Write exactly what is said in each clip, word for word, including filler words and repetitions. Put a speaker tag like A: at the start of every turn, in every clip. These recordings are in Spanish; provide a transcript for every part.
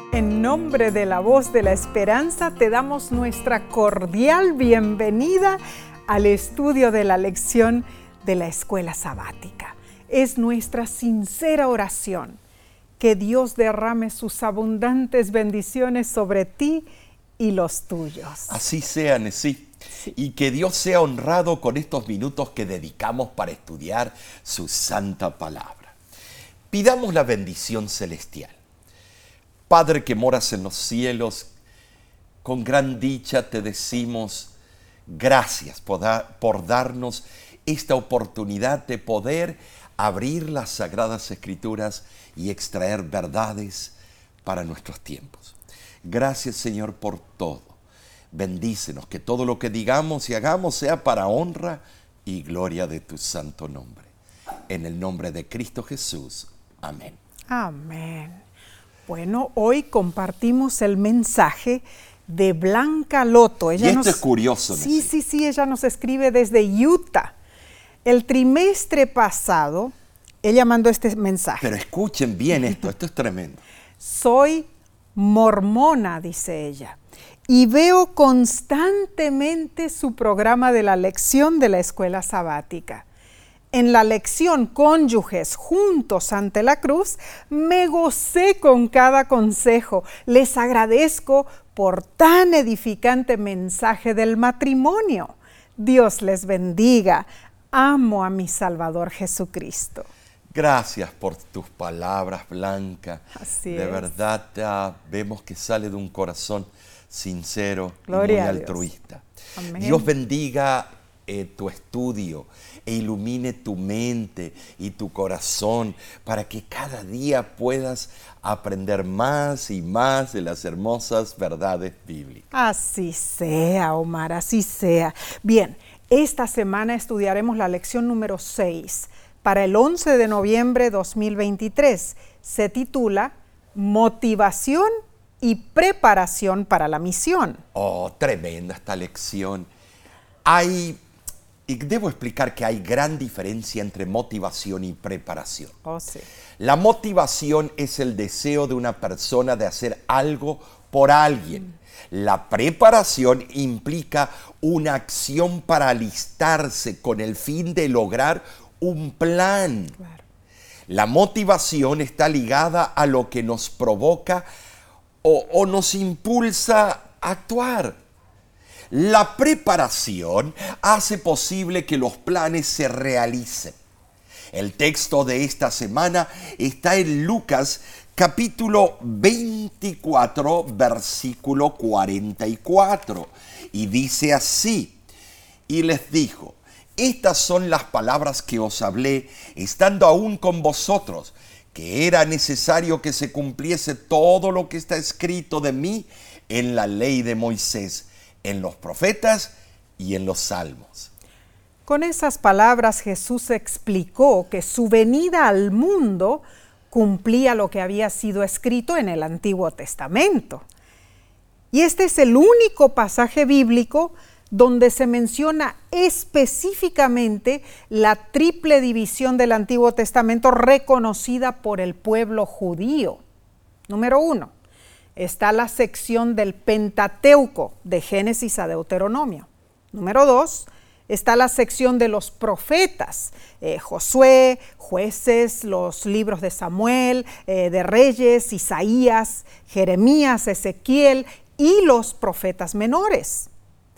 A: En nombre de la Voz de la Esperanza te damos nuestra cordial bienvenida al estudio de la lección de la Escuela Sabática. Es nuestra sincera oración que Dios derrame sus abundantes bendiciones sobre ti y los tuyos.
B: Así sea, Nesí. Sí. Y que Dios sea honrado con estos minutos que dedicamos para estudiar su santa palabra. Pidamos la bendición celestial. Padre que moras en los cielos, con gran dicha te decimos gracias por, da, por darnos esta oportunidad de poder abrir las Sagradas Escrituras y extraer verdades para nuestros tiempos. Gracias, Señor, por todo. Bendícenos, que todo lo que digamos y hagamos sea para honra y gloria de tu santo nombre. En el nombre de Cristo Jesús. Amén.
A: Amén. Bueno, hoy compartimos el mensaje de Blanca Loto. Ella
B: y esto
A: nos,
B: es curioso.
A: Sí,
B: ¿no?
A: sí, sí, ella nos escribe desde Utah. El trimestre pasado, ella mandó este mensaje.
B: Pero escuchen bien esto, esto es tremendo.
A: Soy mormona, dice ella, y veo constantemente su programa de la lección de la Escuela Sabática. En la lección Cónyuges juntos ante la cruz, me gocé con cada consejo. Les agradezco por tan edificante mensaje del matrimonio. Dios les bendiga. Amo a mi Salvador Jesucristo.
B: Gracias por tus palabras, Blanca.
A: Así
B: de
A: es.
B: verdad uh, vemos que sale de un corazón sincero
A: Gloria
B: y muy
A: a Dios.
B: altruista.
A: Amén.
B: Dios bendiga eh, tu estudio e ilumine tu mente y tu corazón para que cada día puedas aprender más y más de las hermosas verdades bíblicas.
A: Así sea, Omar, así sea. Bien, esta semana estudiaremos la lección número seis para el once de noviembre de dos mil veintitrés. Se titula Motivación y preparación para la misión.
B: Oh, tremenda esta lección. Hay... Y debo explicar que hay gran diferencia entre motivación y preparación.
A: Oh, sí.
B: La motivación es el deseo de una persona de hacer algo por alguien. La preparación implica una acción para alistarse con el fin de lograr un plan.
A: Claro.
B: La motivación está ligada a lo que nos provoca o, o nos impulsa a actuar. La preparación hace posible que los planes se realicen. El texto de esta semana está en Lucas capítulo veinticuatro, versículo cuarenta y cuatro, y dice así: y les dijo, estas son las palabras que os hablé estando aún con vosotros, que era necesario que se cumpliese todo lo que está escrito de mí en la ley de Moisés, en los profetas y en los salmos.
A: Con esas palabras Jesús explicó que su venida al mundo cumplía lo que había sido escrito en el Antiguo Testamento. Y este es el único pasaje bíblico donde se menciona específicamente la triple división del Antiguo Testamento reconocida por el pueblo judío. Número uno, está la sección del Pentateuco, de Génesis a Deuteronomio. Número dos, está la sección de los profetas, eh, Josué, Jueces, los libros de Samuel, eh, de Reyes, Isaías, Jeremías, Ezequiel y los profetas menores.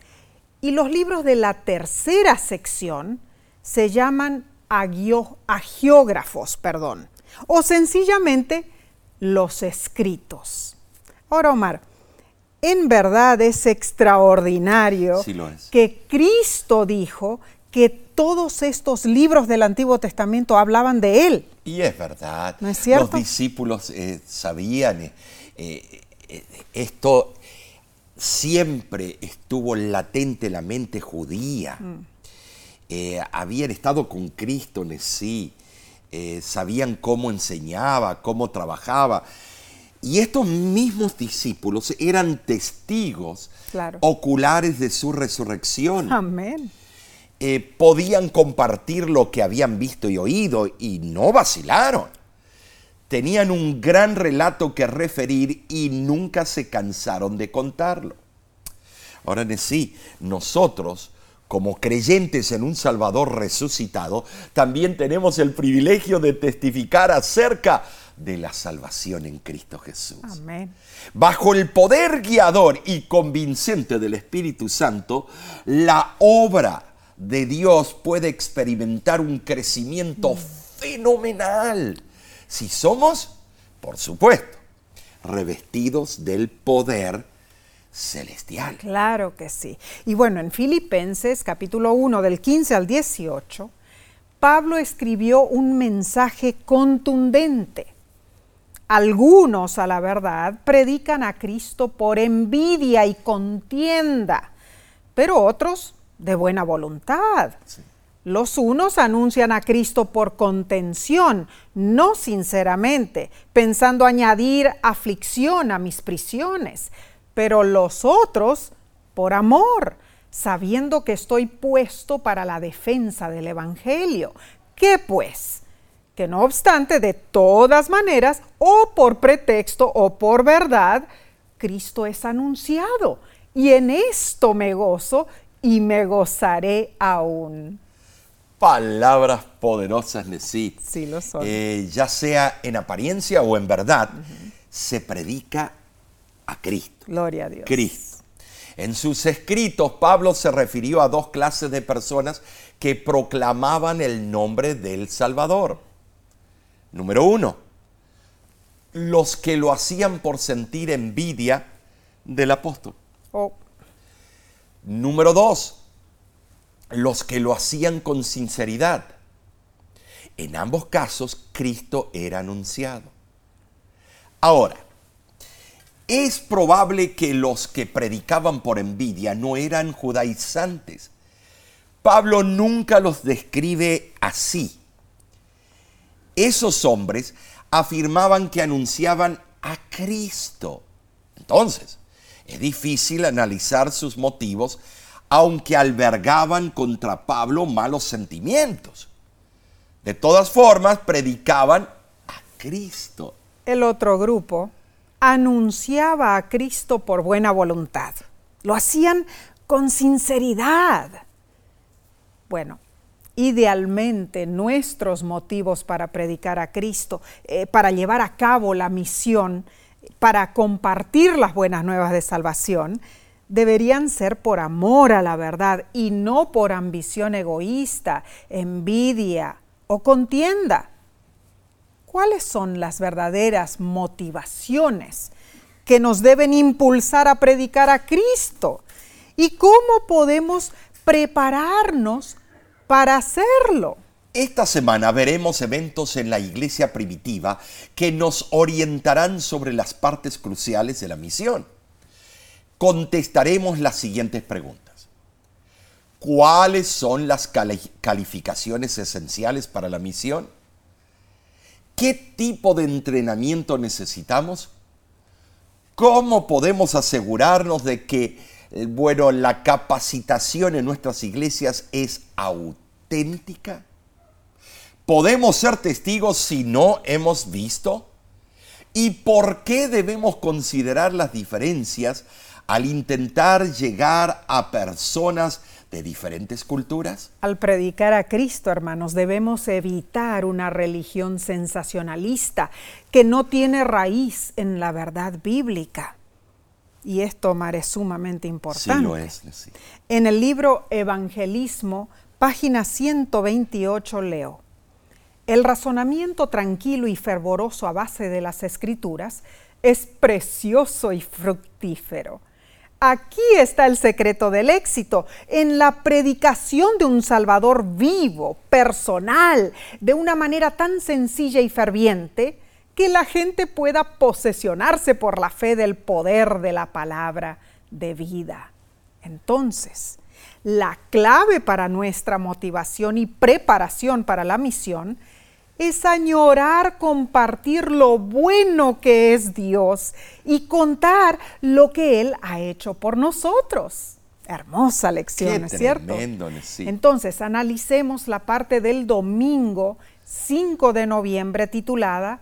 A: Y los libros de la tercera sección se llaman agio, agiógrafos, perdón, o sencillamente los escritos. Ahora, Omar, en verdad es extraordinario
B: Sí lo es.
A: que Cristo dijo que todos estos libros del Antiguo Testamento hablaban de Él.
B: Y es verdad.
A: ¿No es cierto?
B: Los discípulos eh, sabían, eh, eh, esto siempre estuvo latente en la mente judía. Mm. Eh, habían estado con Cristo en sí, eh, sabían cómo enseñaba, cómo trabajaba. Y estos mismos discípulos eran testigos
A: Claro.
B: oculares de su resurrección.
A: Amén.
B: Eh, podían compartir lo que habían visto y oído y no vacilaron. tenían un gran relato que referir y nunca se cansaron de contarlo. Ahora sí, nosotros, como creyentes en un Salvador resucitado, también tenemos el privilegio de testificar acerca de la salvación en Cristo Jesús.
A: Amén.
B: Bajo el poder guiador y convincente del Espíritu Santo, la obra de Dios puede experimentar un crecimiento fenomenal si somos, por supuesto, revestidos del poder celestial.
A: Claro que sí. Y bueno, en Filipenses capítulo uno del quince al dieciocho, Pablo escribió un mensaje contundente. Algunos, a la verdad, predican a Cristo por envidia y contienda, pero otros de buena voluntad. Sí. Los unos anuncian a Cristo por contención, no sinceramente, pensando añadir aflicción a mis prisiones, pero los otros por amor, sabiendo que estoy puesto para la defensa del Evangelio. ¿Qué pues? Que no obstante, de todas maneras, o por pretexto o por verdad, Cristo es anunciado, y en esto me gozo y me gozaré aún.
B: Palabras poderosas, Nesí.
A: Sí, lo son.
B: Eh, ya sea en apariencia o en verdad, uh-huh. se predica a Cristo.
A: Gloria a Dios.
B: Cristo. En sus escritos, Pablo se refirió a dos clases de personas que proclamaban el nombre del Salvador. Número uno, los que lo hacían por sentir envidia del apóstol.
A: Oh.
B: Número dos, los que lo hacían con sinceridad. En ambos casos, Cristo era anunciado. Ahora, es probable que los que predicaban por envidia no eran judaizantes. Pablo nunca los describe así. Esos hombres afirmaban que anunciaban a Cristo. Entonces, es difícil analizar sus motivos, aunque albergaban contra Pablo malos sentimientos. De todas formas, predicaban a Cristo.
A: El otro grupo anunciaba a Cristo por buena voluntad. Lo hacían con sinceridad. Bueno, idealmente nuestros motivos para predicar a Cristo, eh, para llevar a cabo la misión, para compartir las buenas nuevas de salvación, deberían ser por amor a la verdad y no por ambición egoísta, envidia o contienda. ¿Cuáles son las verdaderas motivaciones que nos deben impulsar a predicar a Cristo? ¿Y cómo podemos prepararnos para hacerlo?
B: Esta semana veremos eventos en la iglesia primitiva que nos orientarán sobre las partes cruciales de la misión. Contestaremos las siguientes preguntas. ¿Cuáles son las calificaciones esenciales para la misión? ¿Qué tipo de entrenamiento necesitamos? ¿Cómo podemos asegurarnos de que, bueno, la capacitación en nuestras iglesias es auténtica? ¿Podemos ser testigos si no hemos visto? ¿Y por qué debemos considerar las diferencias al intentar llegar a personas de diferentes culturas?
A: Al predicar a Cristo, hermanos, debemos evitar una religión sensacionalista que no tiene raíz en la verdad bíblica. Y esto, Omar, es sumamente importante.
B: Sí, lo es. Sí.
A: En el libro Evangelismo, página ciento veintiocho, leo: el razonamiento tranquilo y fervoroso a base de las Escrituras es precioso y fructífero. Aquí está el secreto del éxito, en la predicación de un Salvador vivo, personal, de una manera tan sencilla y ferviente que la gente pueda posesionarse por la fe del poder de la palabra de vida. Entonces, la clave para nuestra motivación y preparación para la misión es añorar compartir lo bueno que es Dios y contar lo que Él ha hecho por nosotros. Hermosa lección, ¿es cierto?
B: Sí.
A: Entonces, analicemos la parte del domingo cinco de noviembre titulada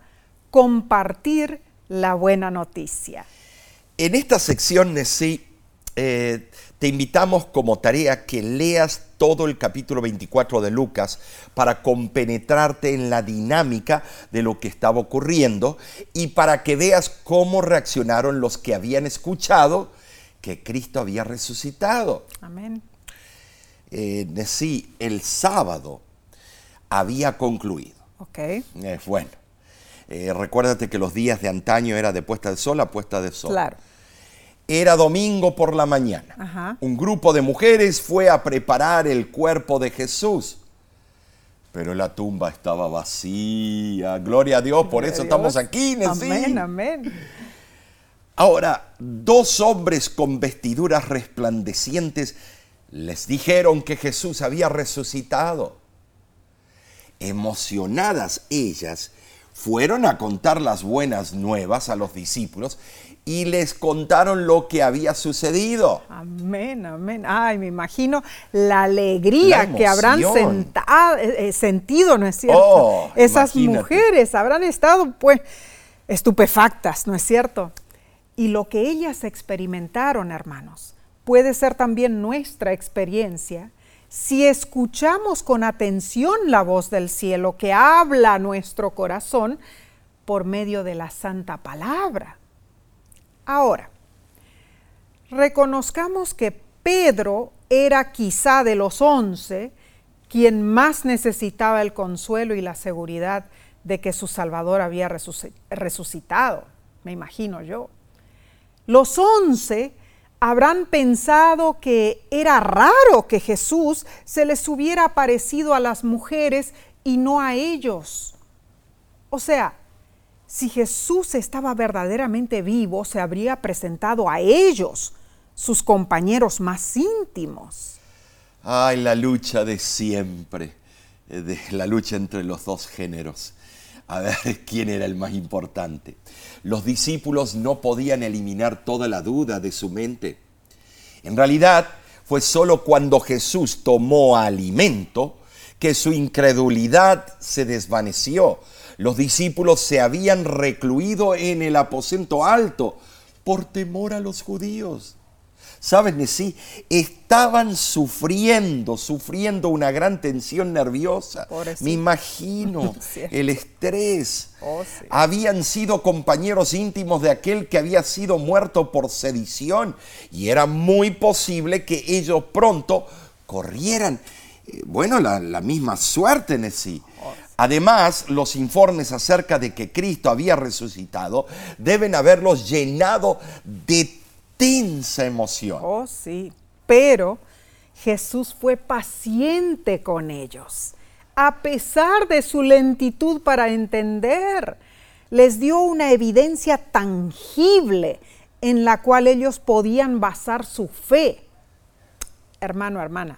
A: compartir la buena noticia.
B: En esta sección, Nesí, eh, te invitamos como tarea que leas todo el capítulo veinticuatro de Lucas para compenetrarte en la dinámica de lo que estaba ocurriendo y para que veas cómo reaccionaron los que habían escuchado que Cristo había resucitado.
A: Amén.
B: Eh, Nesí, el sábado había concluido.
A: Ok.
B: Eh, bueno, eh, recuérdate que los días de antaño era de puesta de sol a puesta de sol.
A: Claro.
B: Era domingo por la mañana.
A: Ajá.
B: Un grupo de mujeres fue a preparar el cuerpo de Jesús, pero la tumba estaba vacía. Gloria a Dios, por
A: Gloria
B: eso
A: a
B: estamos
A: Dios.
B: aquí, Nesí.
A: Amén, amén.
B: Ahora, dos hombres con vestiduras resplandecientes les dijeron que Jesús había resucitado. Emocionadas ellas, fueron a contar las buenas nuevas a los discípulos y les contaron lo que había sucedido.
A: Amén, amén. Ay, me imagino la alegría
B: La
A: que habrán
B: emoción.
A: senta- eh, sentido, ¿no es cierto?
B: Oh,
A: Esas
B: imagínate.
A: mujeres habrán estado, pues, estupefactas, ¿no es cierto? Y lo que ellas experimentaron, hermanos, puede ser también nuestra experiencia si escuchamos con atención la voz del cielo que habla a nuestro corazón por medio de la santa palabra. Ahora, reconozcamos que Pedro era quizá de los once quien más necesitaba el consuelo y la seguridad de que su Salvador había resucitado, me imagino yo. Los once habrán pensado que era raro que Jesús se les hubiera aparecido a las mujeres y no a ellos. O sea, si Jesús estaba verdaderamente vivo, se habría presentado a ellos, sus compañeros más íntimos.
B: Ay, la lucha de siempre, de la lucha entre los dos géneros. A ver quién era el más importante. Los discípulos no podían eliminar toda la duda de su mente. En realidad, fue solo cuando Jesús tomó alimento que su incredulidad se desvaneció. Los discípulos se habían recluido en el aposento alto por temor a los judíos. ¿Sabes, Nesí? Estaban sufriendo, sufriendo una gran tensión nerviosa.
A: Pobrecito.
B: Me imagino
A: Cierto.
B: el estrés.
A: Oh, sí.
B: Habían sido compañeros íntimos de aquel que había sido muerto por sedición y era muy posible que ellos pronto corrieran, eh, bueno, la, la misma suerte, Nesí.
A: Oh, sí.
B: Además, los informes acerca de que Cristo había resucitado deben haberlos llenado de tensa emoción.
A: Oh, sí, pero Jesús fue paciente con ellos. A pesar de su lentitud para entender, les dio una evidencia tangible en la cual ellos podían basar su fe. Hermano, hermana,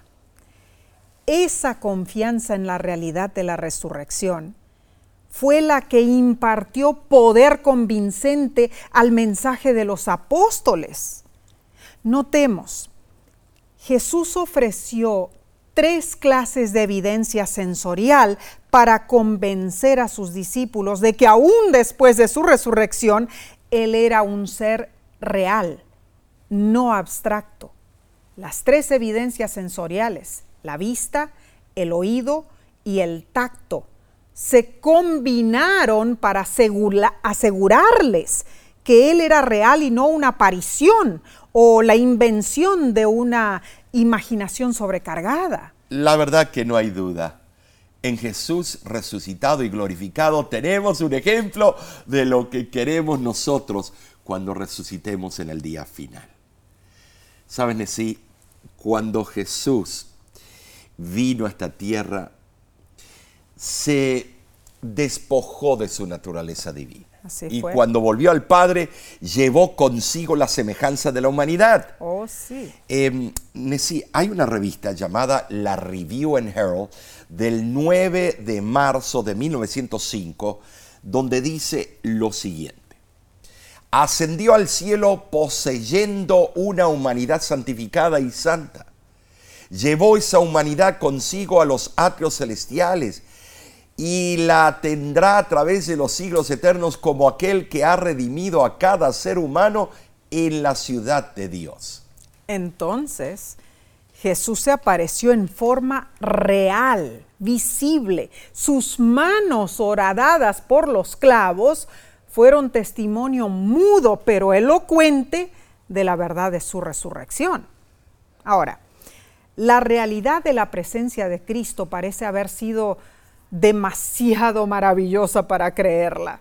A: esa confianza en la realidad de la resurrección fue la que impartió poder convincente al mensaje de los apóstoles. Notemos, Jesús ofreció tres clases de evidencia sensorial para convencer a sus discípulos de que aún después de su resurrección, Él era un ser real, no abstracto. Las tres evidencias sensoriales, la vista, el oído y el tacto, se combinaron para asegura, asegurarles que Él era real y no una aparición o la invención de una imaginación sobrecargada.
B: La verdad que no hay duda. En Jesús resucitado y glorificado tenemos un ejemplo de lo que queremos nosotros cuando resucitemos en el día final. ¿Saben, Nesí? Cuando Jesús vino a esta tierra, se despojó de su naturaleza divina.
A: Así
B: y
A: fue.
B: Cuando volvió al Padre, llevó consigo la semejanza de la humanidad.
A: Oh, sí.
B: Eh, Nesí, hay una revista llamada La Review and Herald del nueve de marzo de mil novecientos cinco, donde dice lo siguiente. Ascendió al cielo poseyendo una humanidad santificada y santa. Llevó esa humanidad consigo a los atrios celestiales y la tendrá a través de los siglos eternos como aquel que ha redimido a cada ser humano en la ciudad de Dios.
A: Entonces, Jesús se apareció en forma real, visible. Sus manos horadadas por los clavos fueron testimonio mudo pero elocuente de la verdad de su resurrección. Ahora, la realidad de la presencia de Cristo parece haber sido demasiado maravillosa para creerla.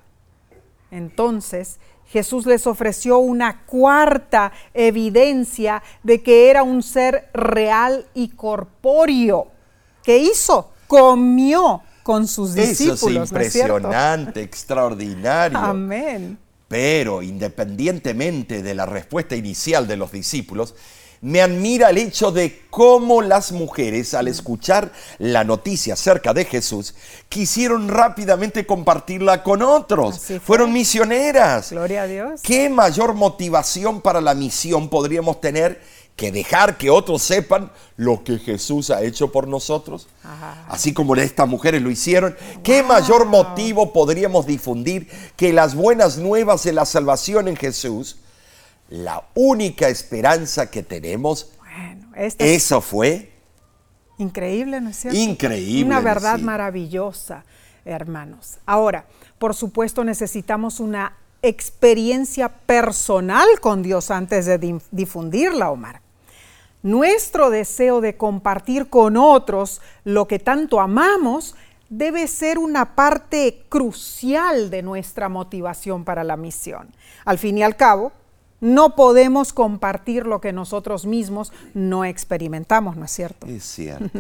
A: Entonces, Jesús les ofreció una cuarta evidencia de que era un ser real y corpóreo. ¿Qué hizo? Comió con sus discípulos.
B: Eso es impresionante, ¿no es cierto? Extraordinario.
A: Amén.
B: Pero independientemente de la respuesta inicial de los discípulos, me admira el hecho de cómo las mujeres, al escuchar la noticia acerca de Jesús, quisieron rápidamente compartirla con otros.
A: Así fue.
B: Fueron misioneras.
A: Gloria a Dios.
B: ¿Qué mayor motivación para la misión podríamos tener que dejar que otros sepan lo que Jesús ha hecho por nosotros?
A: Ajá.
B: Así como estas mujeres lo hicieron.
A: Wow.
B: ¿Qué mayor motivo podríamos difundir que las buenas nuevas de la salvación en Jesús? La única esperanza que tenemos,
A: bueno, este
B: eso
A: es
B: fue
A: increíble, ¿no es cierto?
B: increíble.
A: Una verdad
B: sí.
A: maravillosa, hermanos. Ahora, por supuesto, necesitamos una experiencia personal con Dios antes de difundirla, Omar. Nuestro deseo de compartir con otros lo que tanto amamos debe ser una parte crucial de nuestra motivación para la misión. Al fin y al cabo, no podemos compartir lo que nosotros mismos no experimentamos, ¿no es cierto?
B: Es cierto.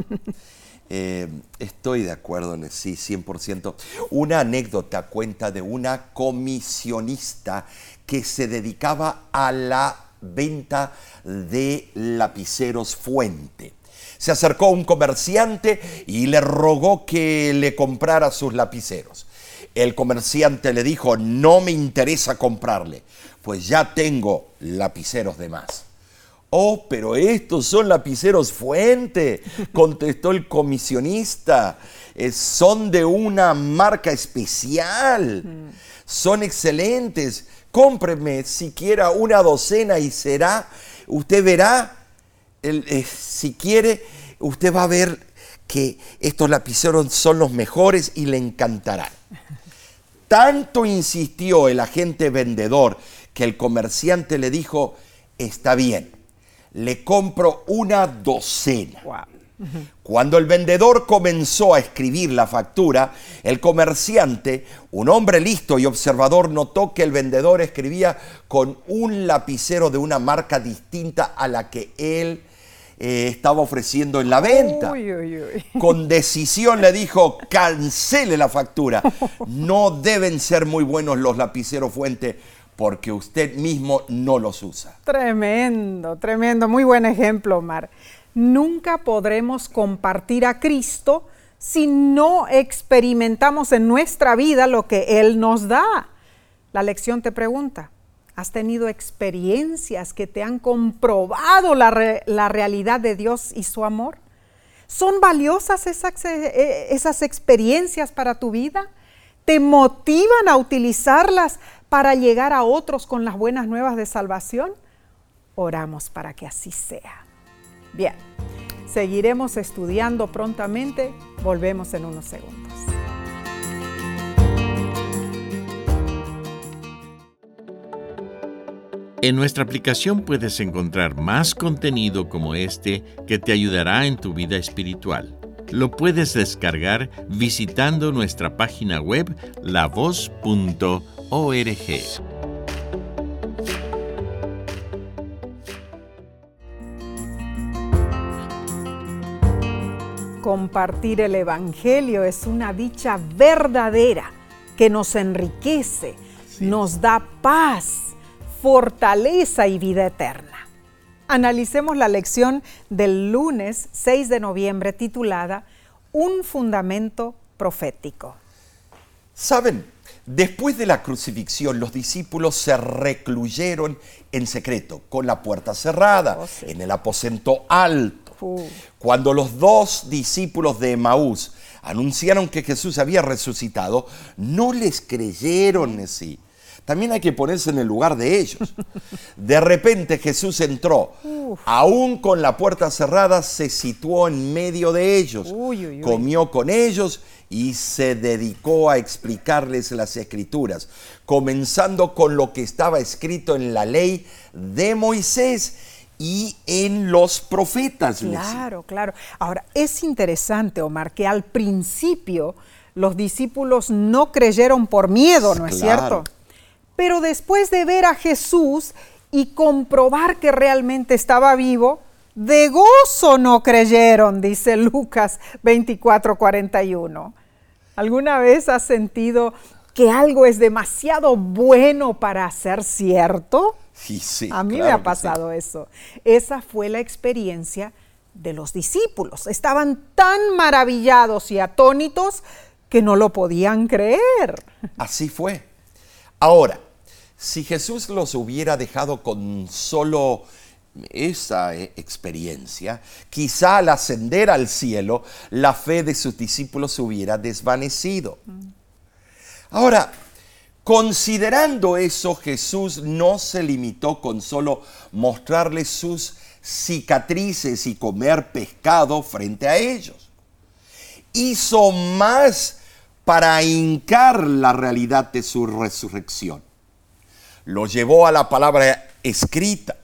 B: eh, estoy de acuerdo en sí, cien por ciento. Una anécdota cuenta de una comisionista que se dedicaba a la venta de lapiceros Fuente. Se acercó a un comerciante y le rogó que le comprara sus lapiceros. El comerciante le dijo: no me interesa comprarle, pues ya tengo lapiceros de más. Oh, pero estos son lapiceros Fuente, contestó el comisionista. Eh, son de una marca especial, son excelentes. Cómpreme siquiera una docena y será, usted verá, el, eh, si quiere, usted va a ver que estos lapiceros son los mejores y le encantarán. Tanto insistió el agente vendedor que el comerciante le dijo: está bien, le compro una docena.
A: Wow. Uh-huh.
B: Cuando el vendedor comenzó a escribir la factura, el comerciante, un hombre listo y observador, notó que el vendedor escribía con un lapicero de una marca distinta a la que él eh, estaba ofreciendo en la venta.
A: Uy, uy, uy.
B: Con decisión le dijo: cancele la factura. No deben ser muy buenos los lapiceros Fuente porque usted mismo no los usa.
A: Tremendo, tremendo. Muy buen ejemplo, Omar. Nunca podremos compartir a Cristo si no experimentamos en nuestra vida lo que Él nos da. La lección te pregunta: ¿has tenido experiencias que te han comprobado la, re, la realidad de Dios y su amor? ¿Son valiosas esas, esas experiencias para tu vida? ¿Te motivan a utilizarlas para llegar a otros con las buenas nuevas de salvación? Oramos para que así sea. Bien, seguiremos estudiando prontamente. Volvemos en unos segundos.
C: En nuestra aplicación puedes encontrar más contenido como este que te ayudará en tu vida espiritual. Lo puedes descargar visitando nuestra página web la voz punto org.
A: Compartir el Evangelio es una dicha verdadera que nos enriquece, sí. Nos da paz, fortaleza y vida eterna. Analicemos la lección del lunes seis de noviembre titulada Un fundamento profético.
B: ¿Saben? Después de la crucifixión, los discípulos se recluyeron en secreto, con la puerta cerrada, oh, sí. en el aposento alto. Uh. Cuando los dos discípulos de Emaús anunciaron que Jesús había resucitado, no les creyeron en sí. También hay que ponerse en el lugar de ellos. De repente Jesús entró, Uf. aún con la puerta cerrada, se situó en medio de ellos, uy, uy, uy. comió con ellos y se dedicó a explicarles las Escrituras, comenzando con lo que estaba escrito en la ley de Moisés y en los profetas.
A: Claro, claro. Ahora, es interesante, Omar, que al principio los discípulos no creyeron por miedo, ¿no es claro. cierto? Pero después de ver a Jesús y comprobar que realmente estaba vivo, de gozo no creyeron, dice Lucas veinticuatro, cuarenta y uno. ¿Alguna vez has sentido que algo es demasiado bueno para ser cierto?
B: Sí, sí,
A: a mí
B: claro
A: me ha pasado sí. eso. Esa fue la experiencia de los discípulos. Estaban tan maravillados y atónitos que no lo podían creer.
B: Así fue. Ahora, si Jesús los hubiera dejado con solo esa experiencia, quizá al ascender al cielo, la fe de sus discípulos se hubiera desvanecido. Ahora, considerando eso, Jesús no se limitó con solo mostrarles sus cicatrices y comer pescado frente a ellos. Hizo más para hincar la realidad de su resurrección. Lo llevó a la palabra escrita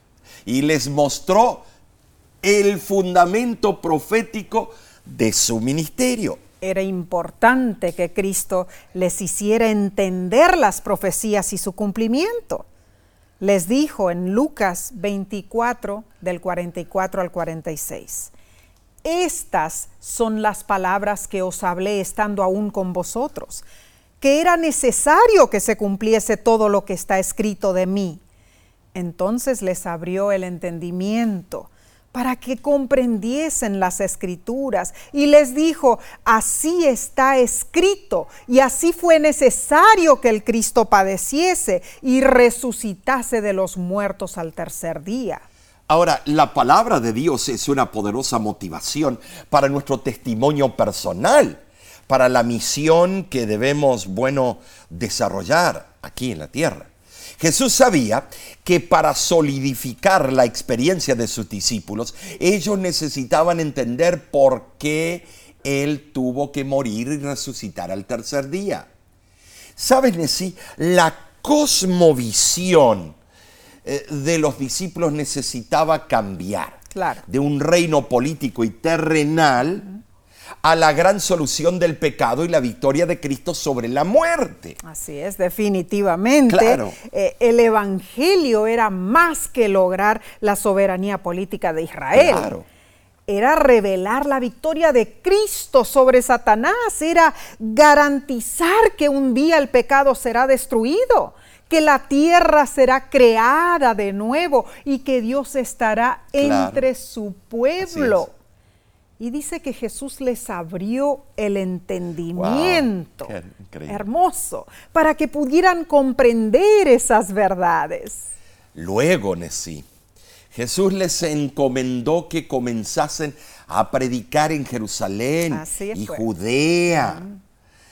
B: y les mostró el fundamento profético de su ministerio.
A: Era importante que Cristo les hiciera entender las profecías y su cumplimiento. Les dijo en Lucas veinticuatro, del cuarenta y cuatro al cuarenta y seis, estas son las palabras que os hablé estando aún con vosotros, que era necesario que se cumpliese todo lo que está escrito de mí. Entonces les abrió el entendimiento para que comprendiesen las Escrituras y les dijo, así está escrito y así fue necesario que el Cristo padeciese y resucitase de los muertos al tercer día.
B: Ahora, la palabra de Dios es una poderosa motivación para nuestro testimonio personal, para la misión que debemos, bueno, desarrollar aquí en la tierra. Jesús sabía que para solidificar la experiencia de sus discípulos, ellos necesitaban entender por qué Él tuvo que morir y resucitar al tercer día. ¿Sabes, Nesí? La cosmovisión de los discípulos necesitaba cambiar.
A: Claro.
B: De un reino político y terrenal uh-huh. a la gran solución del pecado y la victoria de Cristo sobre la muerte.
A: Así es, definitivamente.
B: Claro.
A: Eh, el evangelio era más que lograr la soberanía política de Israel.
B: Claro.
A: Era revelar la victoria de Cristo sobre Satanás, era garantizar que un día el pecado será destruido, que la tierra será creada de nuevo y que Dios estará claro. entre su pueblo. Y dice que Jesús les abrió el entendimiento,
B: wow, qué
A: hermoso, para que pudieran comprender esas verdades.
B: Luego, Nesí, Jesús les encomendó que comenzasen a predicar en Jerusalén y
A: fue.
B: Judea. Mm.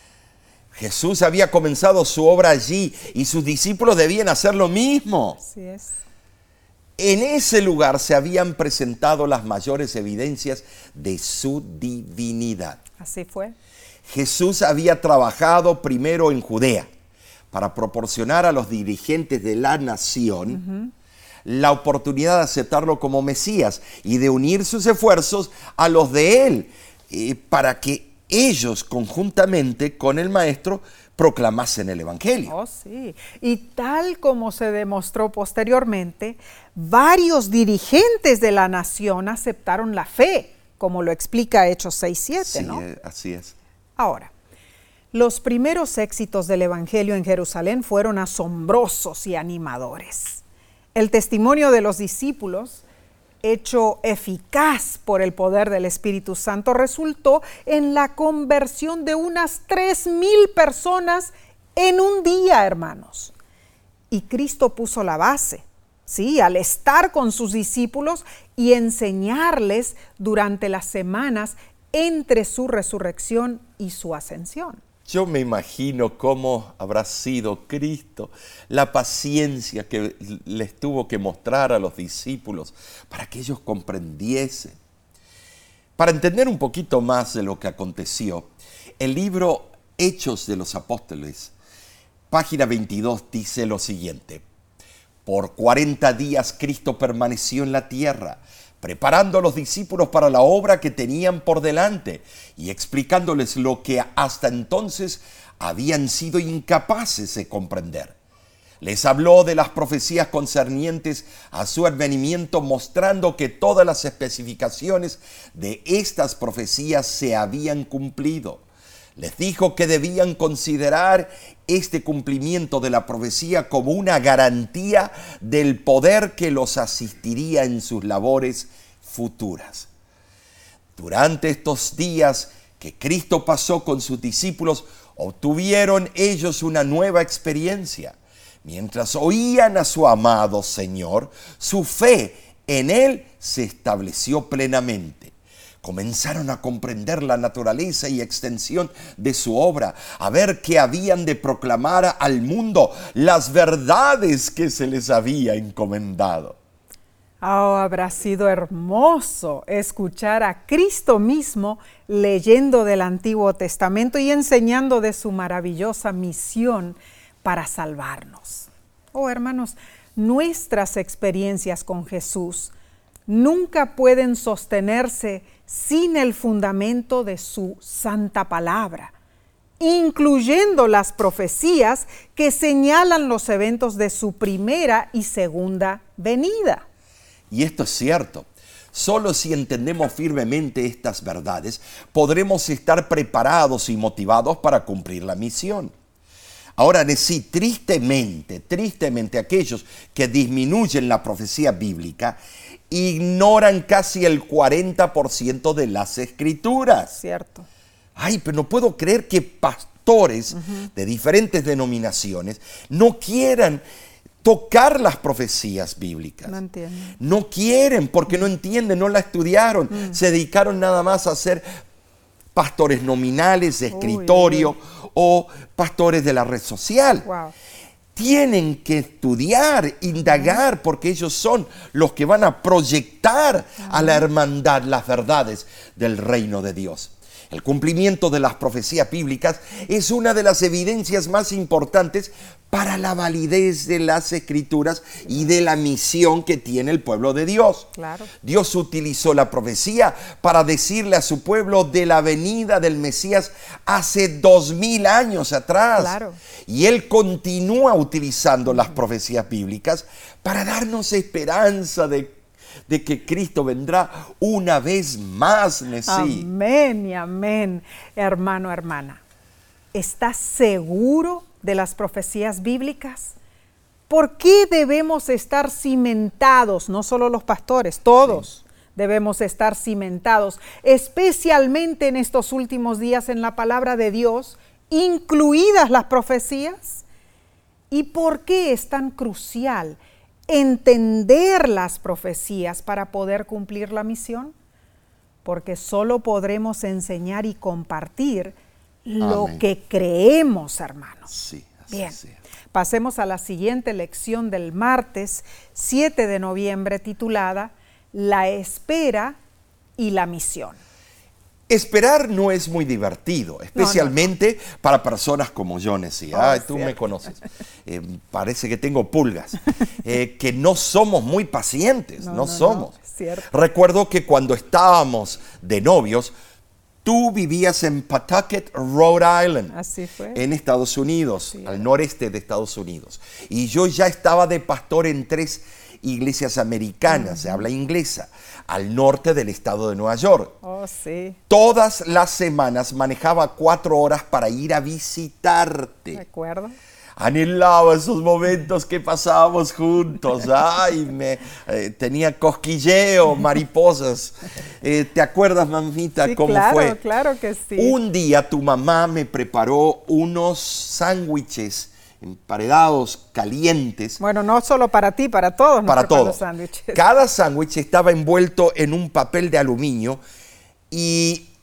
B: Jesús había comenzado su obra allí y sus discípulos debían hacer lo mismo.
A: Así es.
B: En ese lugar se habían presentado las mayores evidencias de su divinidad.
A: Así fue.
B: Jesús había trabajado primero en Judea para proporcionar a los dirigentes de la nación uh-huh. la oportunidad de aceptarlo como Mesías y de unir sus esfuerzos a los de él eh, para que ellos conjuntamente con el maestro proclamasen el evangelio.
A: Oh, sí. Y tal como se demostró posteriormente, varios dirigentes de la nación aceptaron la fe, como lo explica Hechos seis siete,
B: sí,
A: ¿no?
B: Eh, así es.
A: Ahora, los primeros éxitos del evangelio en Jerusalén fueron asombrosos y animadores. El testimonio de los discípulos, hecho eficaz por el poder del Espíritu Santo, resultó en la conversión de unas tres mil personas en un día, hermanos. Y Cristo puso la base, ¿sí? Al estar con sus discípulos y enseñarles durante las semanas entre su resurrección y su ascensión.
B: Yo me imagino cómo habrá sido Cristo, la paciencia que les tuvo que mostrar a los discípulos para que ellos comprendiesen. Para entender un poquito más de lo que aconteció, el libro Hechos de los Apóstoles, página veintidós, dice lo siguiente: por cuarenta días Cristo permaneció en la tierra, preparando a los discípulos para la obra que tenían por delante y explicándoles lo que hasta entonces habían sido incapaces de comprender. Les habló de las profecías concernientes a su advenimiento, mostrando que todas las especificaciones de estas profecías se habían cumplido. Les dijo que debían considerar este cumplimiento de la profecía como una garantía del poder que los asistiría en sus labores futuras. Durante estos días que Cristo pasó con sus discípulos, obtuvieron ellos una nueva experiencia. Mientras oían a su amado Señor, su fe en Él se estableció plenamente. Comenzaron a comprender la naturaleza y extensión de su obra, a ver que habían de proclamar al mundo las verdades que se les había encomendado.
A: Oh, habrá sido hermoso escuchar a Cristo mismo leyendo del Antiguo Testamento y enseñando de su maravillosa misión para salvarnos. Oh, hermanos, nuestras experiencias con Jesús nunca pueden sostenerse sin el fundamento de su santa palabra, incluyendo las profecías que señalan los eventos de su primera y segunda venida.
B: Y esto es cierto. Solo si entendemos firmemente estas verdades, podremos estar preparados y motivados para cumplir la misión. Ahora, sí, tristemente, tristemente aquellos que disminuyen la profecía bíblica ignoran casi el cuarenta por ciento de las Escrituras.
A: Cierto.
B: Ay, pero no puedo creer que pastores uh-huh. de diferentes denominaciones no quieran tocar las profecías bíblicas.
A: No entiendo.
B: No quieren porque no entienden, no la estudiaron. Mm. Se dedicaron nada más a ser pastores nominales de escritorio uy, uy. o pastores de la red social.
A: Wow.
B: Tienen que estudiar, indagar, porque ellos son los que van a proyectar a la hermandad las verdades del reino de Dios. El cumplimiento de las profecías bíblicas es una de las evidencias más importantes para la validez de las Escrituras y de la misión que tiene el pueblo de Dios.
A: Claro.
B: Dios utilizó la profecía para decirle a su pueblo de la venida del Mesías hace dos mil años atrás.
A: Claro.
B: Y Él continúa utilizando las profecías bíblicas para darnos esperanza de de que Cristo vendrá una vez más, Nesí.
A: Amén y amén, hermano, hermana. ¿Estás seguro de las profecías bíblicas? ¿Por qué debemos estar cimentados? No solo los pastores, todos sí. debemos estar cimentados, especialmente en estos últimos días en la palabra de Dios, incluidas las profecías. ¿Y por qué es tan crucial entender las profecías para poder cumplir la misión? Porque solo podremos enseñar y compartir lo Amén. Que creemos, hermanos.
B: Sí, así
A: Bien,
B: sea.
A: Pasemos a la siguiente lección del martes siete de noviembre titulada La espera y la misión.
B: Esperar no es muy divertido, especialmente no, no, no. para personas como yo, Nesí.
A: Oh,
B: Ay, tú
A: cierto.
B: me conoces. Eh, parece que tengo pulgas. Eh, que no somos muy pacientes, no, no, no somos.
A: No, cierto.
B: Recuerdo que cuando estábamos de novios, tú vivías en Pawtucket, Rhode Island.
A: Así fue.
B: En Estados Unidos,
A: sí,
B: al noreste de Estados Unidos. Y yo ya estaba de pastor en tres iglesias americanas, uh-huh. se habla inglesa, al norte del estado de Nueva York.
A: Oh, sí.
B: Todas las semanas manejaba cuatro horas para ir a visitarte.
A: ¿De acuerdo?
B: Anhelaba esos momentos que pasábamos juntos. Ay, me eh, tenía cosquilleo, mariposas. Eh, ¿Te acuerdas, mamita,
A: sí,
B: cómo
A: claro,
B: fue?
A: Claro que sí.
B: Un día tu mamá me preparó unos sándwiches emparedados, calientes.
A: Bueno, no solo para ti, para todos.
B: Para todos.
A: Sándwiches.
B: Cada sándwich estaba envuelto en un papel de aluminio y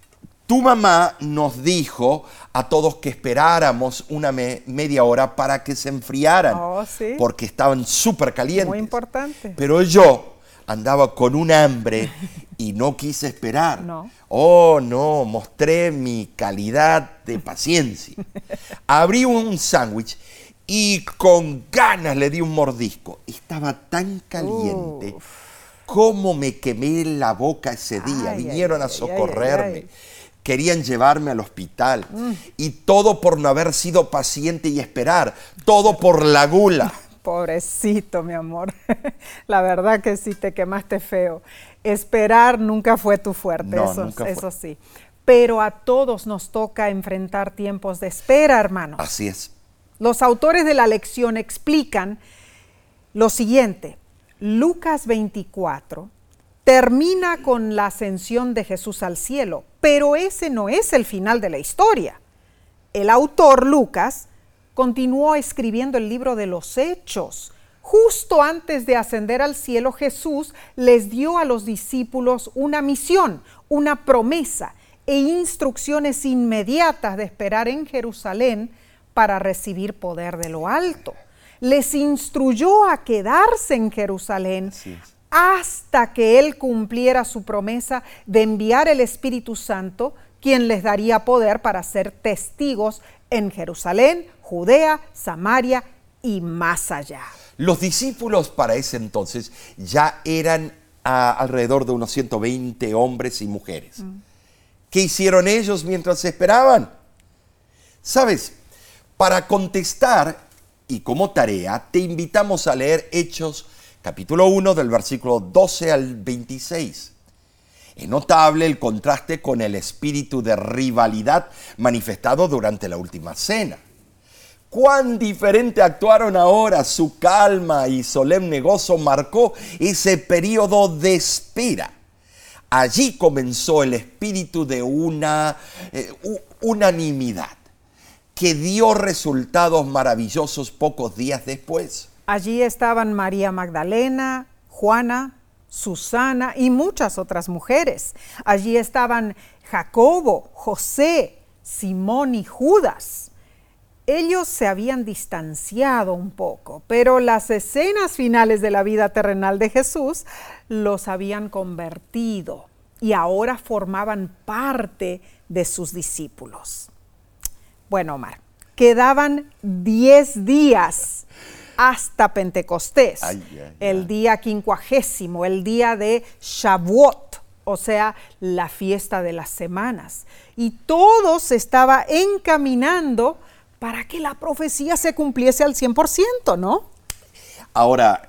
B: Tu mamá nos dijo a todos que esperáramos una me- media hora para que se enfriaran,
A: Oh, sí.
B: porque estaban súper calientes.
A: Muy importante.
B: Pero yo andaba con un hambre y no quise esperar.
A: No.
B: Oh, no, mostré mi calidad de paciencia. Abrí un sándwich y con ganas le di un mordisco. Estaba tan caliente.
A: Uf.
B: Cómo me quemé la boca ese día.
A: Ay,
B: Vinieron
A: ay,
B: a
A: ay,
B: socorrerme.
A: ay, ay.
B: Querían llevarme al hospital. Mm. Y todo por no haber sido paciente y esperar. Todo por la gula.
A: Pobrecito, mi amor. La verdad que sí te quemaste feo. Esperar nunca fue tu fuerte,
B: No,
A: eso,
B: nunca fue.
A: eso sí. Pero a todos nos toca enfrentar tiempos de espera, hermanos.
B: Así es.
A: Los autores de la lección explican lo siguiente. Lucas veinticuatro termina con la ascensión de Jesús al cielo, pero ese no es el final de la historia. El autor, Lucas, continuó escribiendo el libro de los Hechos. Justo antes de ascender al cielo, Jesús les dio a los discípulos una misión, una promesa e instrucciones inmediatas de esperar en Jerusalén para recibir poder de lo alto. Les instruyó a quedarse en Jerusalén hasta que Él cumpliera su promesa de enviar el Espíritu Santo, quien les daría poder para ser testigos en Jerusalén, Judea, Samaria y más allá.
B: Los discípulos para ese entonces ya eran a, alrededor de unos ciento veinte hombres y mujeres. Mm. ¿Qué hicieron ellos mientras esperaban? ¿Sabes? Para contestar y como tarea, te invitamos a leer Hechos capítulo uno del versículo doce al veintiséis. Es notable el contraste con el espíritu de rivalidad manifestado durante la última cena. Cuán diferente actuaron ahora. Su calma y solemne gozo marcó ese periodo de espera. Allí comenzó el espíritu de una eh, unanimidad que dio resultados maravillosos pocos días después.
A: Allí estaban María Magdalena, Juana, Susana y muchas otras mujeres. Allí estaban Jacobo, José, Simón y Judas. Ellos se habían distanciado un poco, pero las escenas finales de la vida terrenal de Jesús los habían convertido y ahora formaban parte de sus discípulos. Bueno, Omar, quedaban diez días hasta Pentecostés, ay, ay, ay. el día quincuagésimo, el día de Shavuot, o sea, la fiesta de las semanas. Y todo se estaba encaminando para que la profecía se cumpliese al cien por ciento, ¿no?
B: Ahora,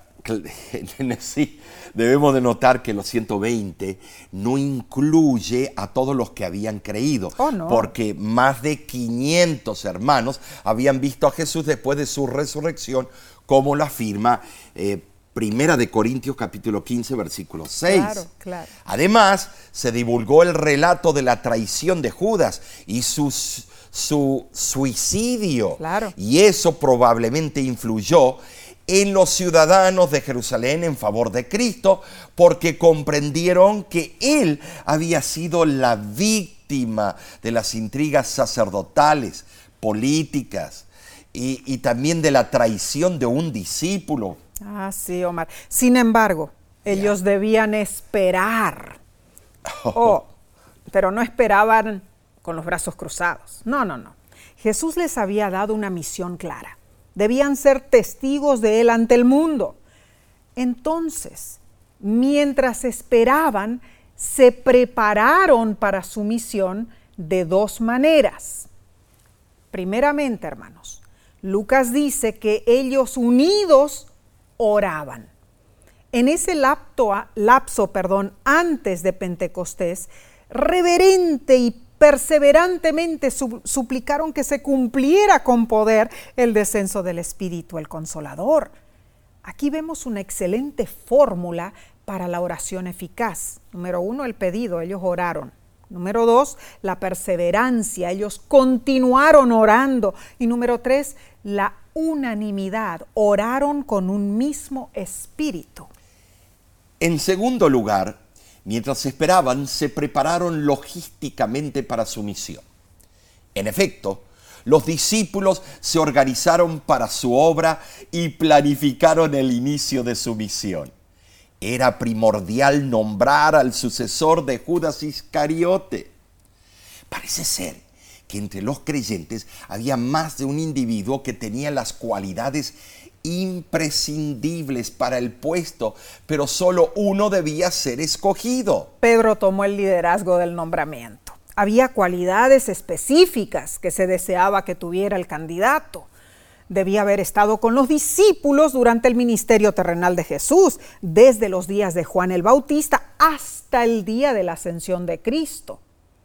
B: sí, debemos de notar que los ciento veinte no incluye a todos los que habían creído,
A: oh, no.
B: porque más de quinientos hermanos habían visto a Jesús después de su resurrección, como lo afirma eh, Primera de Corintios capítulo quince, versículo seis.
A: Claro, claro.
B: Además, se divulgó el relato de la traición de Judas y sus, su suicidio.
A: Claro.
B: Y eso probablemente influyó en los ciudadanos de Jerusalén en favor de Cristo, porque comprendieron que Él había sido la víctima de las intrigas sacerdotales, políticas, y, y también de la traición de un discípulo.
A: Ah, sí, Omar. Sin embargo, ellos yeah. debían esperar. Oh. Oh, pero no esperaban con los brazos cruzados. No, no, no. Jesús les había dado una misión clara. Debían ser testigos de Él ante el mundo. Entonces, mientras esperaban, se prepararon para su misión de dos maneras. Primeramente, hermanos, Lucas dice que ellos unidos oraban. En ese lapso, lapso perdón, antes de Pentecostés, reverente y perseverantemente suplicaron que se cumpliera con poder el descenso del Espíritu, el Consolador. Aquí vemos una excelente fórmula para la oración eficaz. Número uno, el pedido, ellos oraron. Número dos, la perseverancia, ellos continuaron orando. Y número tres, la unanimidad, oraron con un mismo espíritu.
B: En segundo lugar, Mientras esperaban, se prepararon logísticamente para su misión. En efecto, los discípulos se organizaron para su obra y planificaron el inicio de su misión. Era primordial nombrar al sucesor de Judas Iscariote. Parece ser que entre los creyentes había más de un individuo que tenía las cualidades imprescindibles para el puesto, pero solo uno debía ser escogido.
A: Pedro tomó el liderazgo del nombramiento. Había cualidades específicas que se deseaba que tuviera el candidato. Debía haber estado con los discípulos durante el ministerio terrenal de Jesús, desde los días de Juan el Bautista hasta el día de la ascensión de Cristo.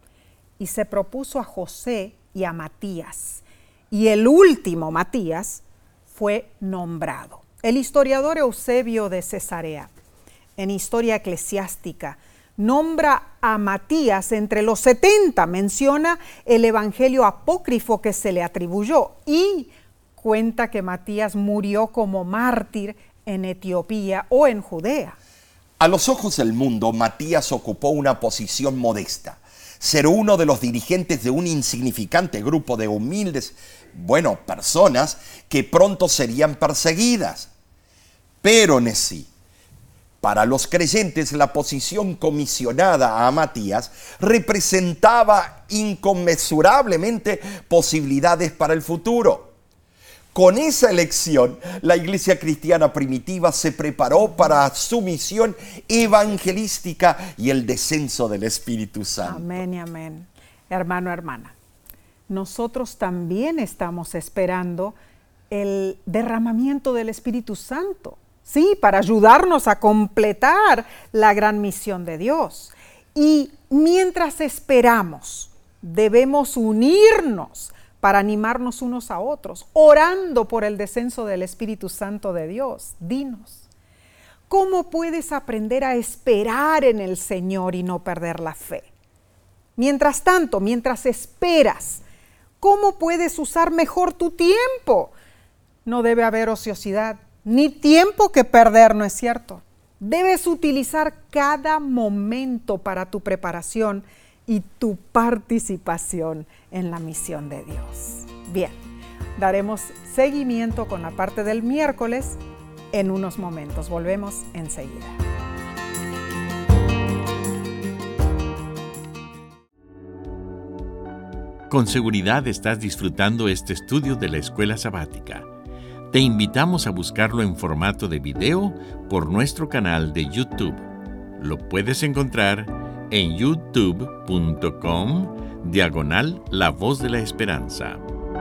A: Y se propuso a José y a Matías. Y el último, Matías, fue nombrado. El historiador Eusebio de Cesarea, en Historia Eclesiástica, nombra a Matías entre los setenta, menciona el evangelio apócrifo que se le atribuyó y cuenta que Matías murió como mártir en Etiopía o en Judea.
B: A los ojos del mundo, Matías ocupó una posición modesta. Ser uno de los dirigentes de un insignificante grupo de humildes, bueno, personas que pronto serían perseguidas. Pero en sí, para los creyentes, la posición comisionada a Matías representaba inconmensurablemente posibilidades para el futuro. Con esa elección, la iglesia cristiana primitiva se preparó para su misión evangelística y el descenso del Espíritu Santo.
A: Amén y amén. Hermano, hermana, nosotros también estamos esperando el derramamiento del Espíritu Santo, sí, para ayudarnos a completar la gran misión de Dios. Y mientras esperamos, debemos unirnos para animarnos unos a otros, orando por el descenso del Espíritu Santo de Dios. Dinos, ¿cómo puedes aprender a esperar en el Señor y no perder la fe? Mientras tanto, mientras esperas, ¿cómo puedes usar mejor tu tiempo? No debe haber ociosidad, ni tiempo que perder, ¿no es cierto? Debes utilizar cada momento para tu preparación y tu participación en la misión de Dios. Bien, daremos seguimiento con la parte del miércoles en unos momentos. Volvemos enseguida.
C: Con seguridad estás disfrutando este estudio de la Escuela Sabática. Te invitamos a buscarlo en formato de video por nuestro canal de YouTube. Lo puedes encontrar en youtube punto com diagonal La Voz de la Esperanza.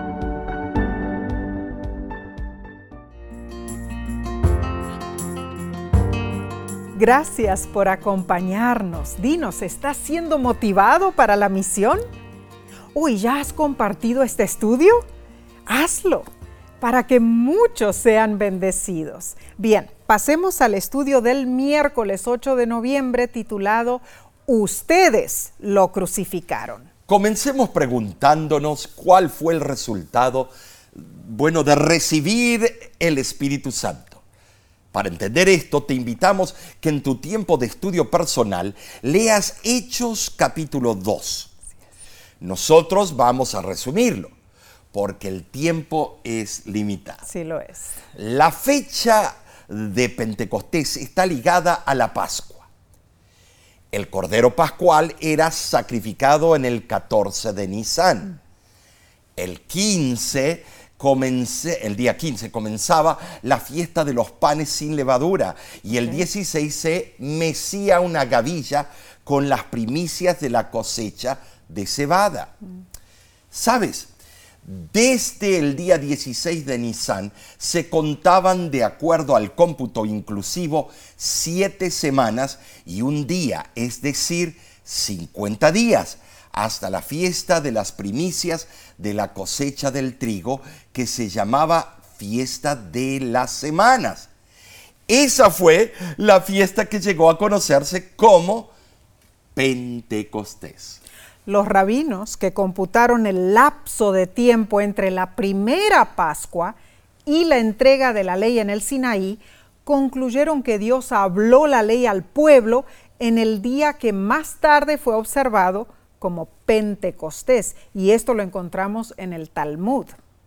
A: Gracias por acompañarnos. Dinos, ¿estás siendo motivado para la misión? Uy, ¿ya has compartido este estudio? Hazlo para que muchos sean bendecidos. Bien, pasemos al estudio del miércoles ocho de noviembre titulado Ustedes lo crucificaron.
B: Comencemos preguntándonos cuál fue el resultado, bueno, de recibir el Espíritu Santo. Para entender esto, te invitamos que en tu tiempo de estudio personal leas Hechos capítulo dos. Nosotros vamos a resumirlo, porque el tiempo es limitado.
A: Sí lo es.
B: La fecha de Pentecostés está ligada a la Pascua. El Cordero Pascual era sacrificado en el catorce de Nisan. El quince, comencé, el día quince comenzaba la fiesta de los panes sin levadura y el dieciséis se mecía una gavilla con las primicias de la cosecha de cebada. ¿Sabes? Desde el día dieciséis de Nisan se contaban, de acuerdo al cómputo inclusivo, siete semanas y un día, es decir, cincuenta días, hasta la fiesta de las primicias de la cosecha del trigo, que se llamaba Fiesta de las Semanas. Esa fue la fiesta que llegó a conocerse como Pentecostés.
A: Los rabinos que computaron el lapso de tiempo entre la primera Pascua y la entrega de la ley en el Sinaí concluyeron que Dios habló la ley al pueblo en el día que más tarde fue observado como Pentecostés, y esto lo encontramos en el Talmud.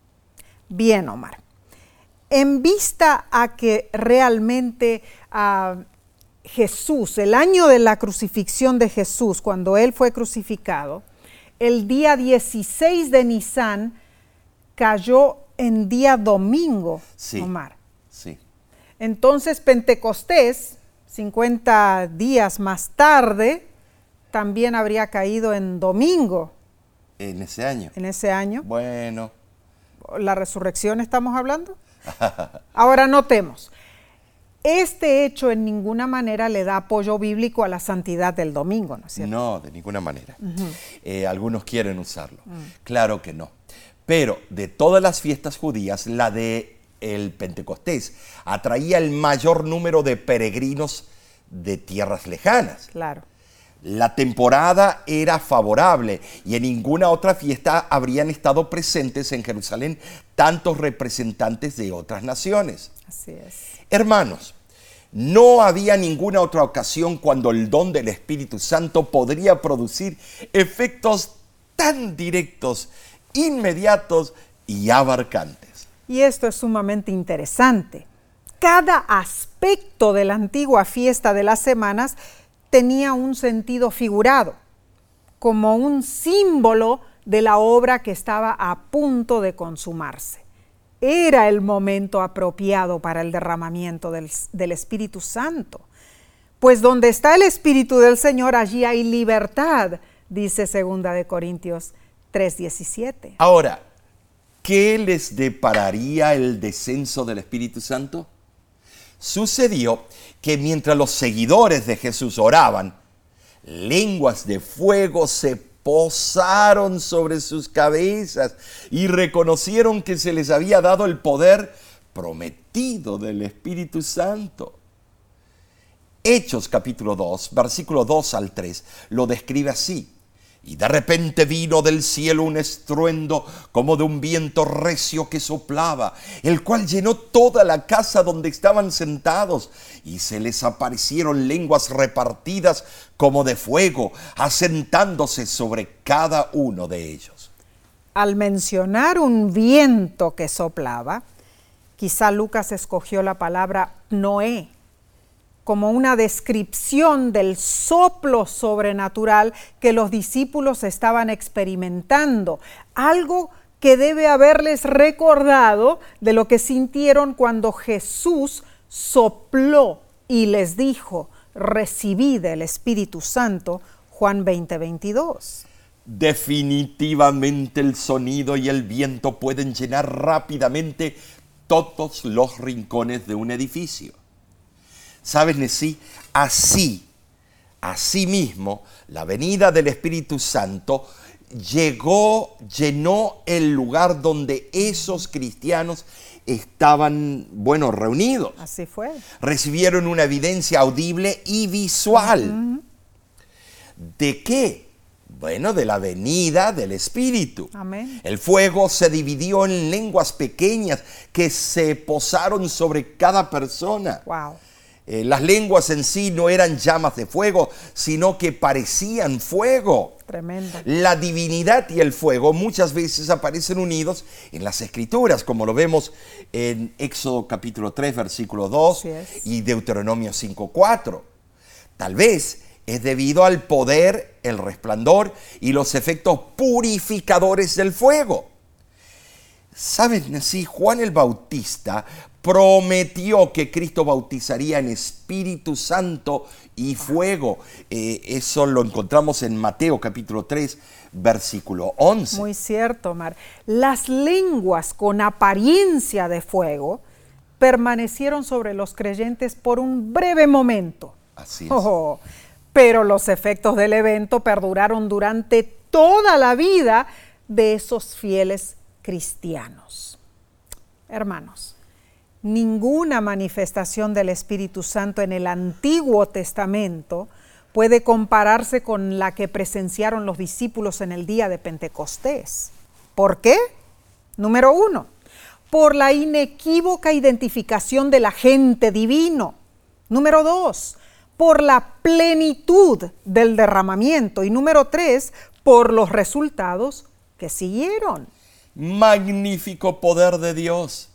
A: Bien, Omar. En vista a que realmente uh, Jesús, el año de la crucifixión de Jesús, cuando Él fue crucificado, el día dieciséis de Nisan cayó en día domingo,
B: sí,
A: Omar.
B: Sí.
A: Entonces Pentecostés, cincuenta días más tarde, también habría caído en domingo.
B: ¿En ese año?
A: En ese año.
B: Bueno.
A: ¿La resurrección estamos hablando? Ahora notemos, este hecho en ninguna manera le da apoyo bíblico a la santidad del domingo, ¿no es cierto?
B: No, de ninguna manera.
A: Uh-huh.
B: eh, algunos quieren usarlo.
A: Uh-huh.
B: Claro que no. Pero de todas las fiestas judías, la de el Pentecostés atraía el mayor número de peregrinos de tierras lejanas.
A: Claro.
B: La temporada era favorable y en ninguna otra fiesta habrían estado presentes en Jerusalén tantos representantes de otras naciones.
A: Así es.
B: Hermanos, no había ninguna otra ocasión cuando el don del Espíritu Santo podría producir efectos tan directos, inmediatos y abarcantes.
A: Y esto es sumamente interesante. Cada aspecto de la antigua fiesta de las semanas tenía un sentido figurado, como un símbolo de la obra que estaba a punto de consumarse. Era el momento apropiado para el derramamiento del, del Espíritu Santo. Pues donde está el Espíritu del Señor, allí hay libertad, dice segunda de Corintios tres diecisiete.
B: Ahora, ¿qué les depararía el descenso del Espíritu Santo? Sucedió que mientras los seguidores de Jesús oraban, lenguas de fuego se posaron sobre sus cabezas y reconocieron que se les había dado el poder prometido del Espíritu Santo. Hechos capítulo dos, versículo dos al tres, lo describe así. Y de repente vino del cielo un estruendo como de un viento recio que soplaba, el cual llenó toda la casa donde estaban sentados, y se les aparecieron lenguas repartidas como de fuego, asentándose sobre cada uno de ellos.
A: Al mencionar un viento que soplaba, quizá Lucas escogió la palabra pnoé, como una descripción del soplo sobrenatural que los discípulos estaban experimentando, algo que debe haberles recordado de lo que sintieron cuando Jesús sopló y les dijo, recibid el Espíritu Santo, Juan veinte veintidós.
B: Definitivamente el sonido y el viento pueden llenar rápidamente todos los rincones de un edificio. ¿Sabes, Nesí? Así, así mismo, la venida del Espíritu Santo llegó, llenó el lugar donde esos cristianos estaban, bueno, reunidos.
A: Así fue.
B: Recibieron una evidencia audible y visual. Uh-huh. ¿De qué? Bueno, de la venida del Espíritu.
A: Amén.
B: El fuego se dividió en lenguas pequeñas que se posaron sobre cada persona.
A: Wow.
B: Eh, las lenguas en sí no eran llamas de fuego, sino que parecían fuego.
A: Tremendo.
B: La divinidad y el fuego muchas veces aparecen unidos en las Escrituras, como lo vemos en Éxodo capítulo tres, versículo dos y Deuteronomio cinco, cuatro. Tal vez es debido al poder, el resplandor y los efectos purificadores del fuego. ¿Sabes, Nesí? Juan el Bautista prometió que Cristo bautizaría en Espíritu Santo y fuego. Eh, eso lo encontramos en Mateo capítulo tres, versículo once.
A: Muy cierto, Omar. Las lenguas con apariencia de fuego permanecieron sobre los creyentes por un breve momento.
B: Así es.
A: Oh, pero los efectos del evento perduraron durante toda la vida de esos fieles cristianos. Hermanos, ninguna manifestación del Espíritu Santo en el Antiguo Testamento puede compararse con la que presenciaron los discípulos en el día de Pentecostés. ¿Por qué? Número uno, por la inequívoca identificación del agente divino. Número dos, por la plenitud del derramamiento. Y número tres, por los resultados que siguieron.
B: Magnífico poder de Dios.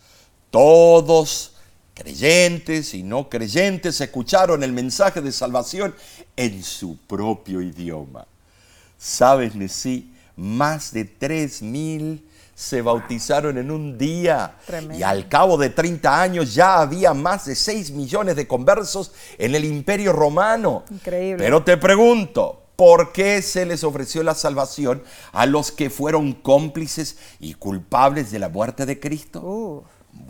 B: Todos, creyentes y no creyentes, escucharon el mensaje de salvación en su propio idioma. ¿Sabes, Nesí? Más de tres mil se bautizaron en un día.
A: Tremendo.
B: Y al cabo de treinta años ya había más de seis millones de conversos en el Imperio Romano.
A: Increíble.
B: Pero te pregunto, ¿por qué se les ofreció la salvación a los que fueron cómplices y culpables de la muerte de Cristo?
A: Uh.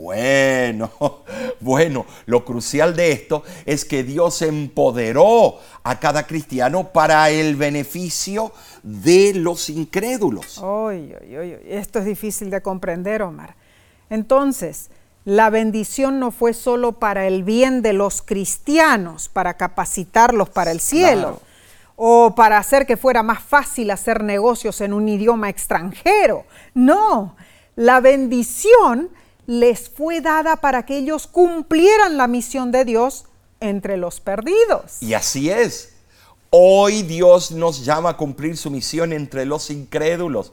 B: Bueno, bueno, lo crucial de esto es que Dios empoderó a cada cristiano para el beneficio de los incrédulos.
A: Oy, oy, oy, oy. Esto es difícil de comprender, Omar. Entonces, la bendición no fue solo para el bien de los cristianos, para capacitarlos para el cielo,
B: Claro.
A: o para hacer que fuera más fácil hacer negocios en un idioma extranjero. No, la bendición les fue dada para que ellos cumplieran la misión de Dios entre los perdidos.
B: Y así es. Hoy Dios nos llama a cumplir su misión entre los incrédulos.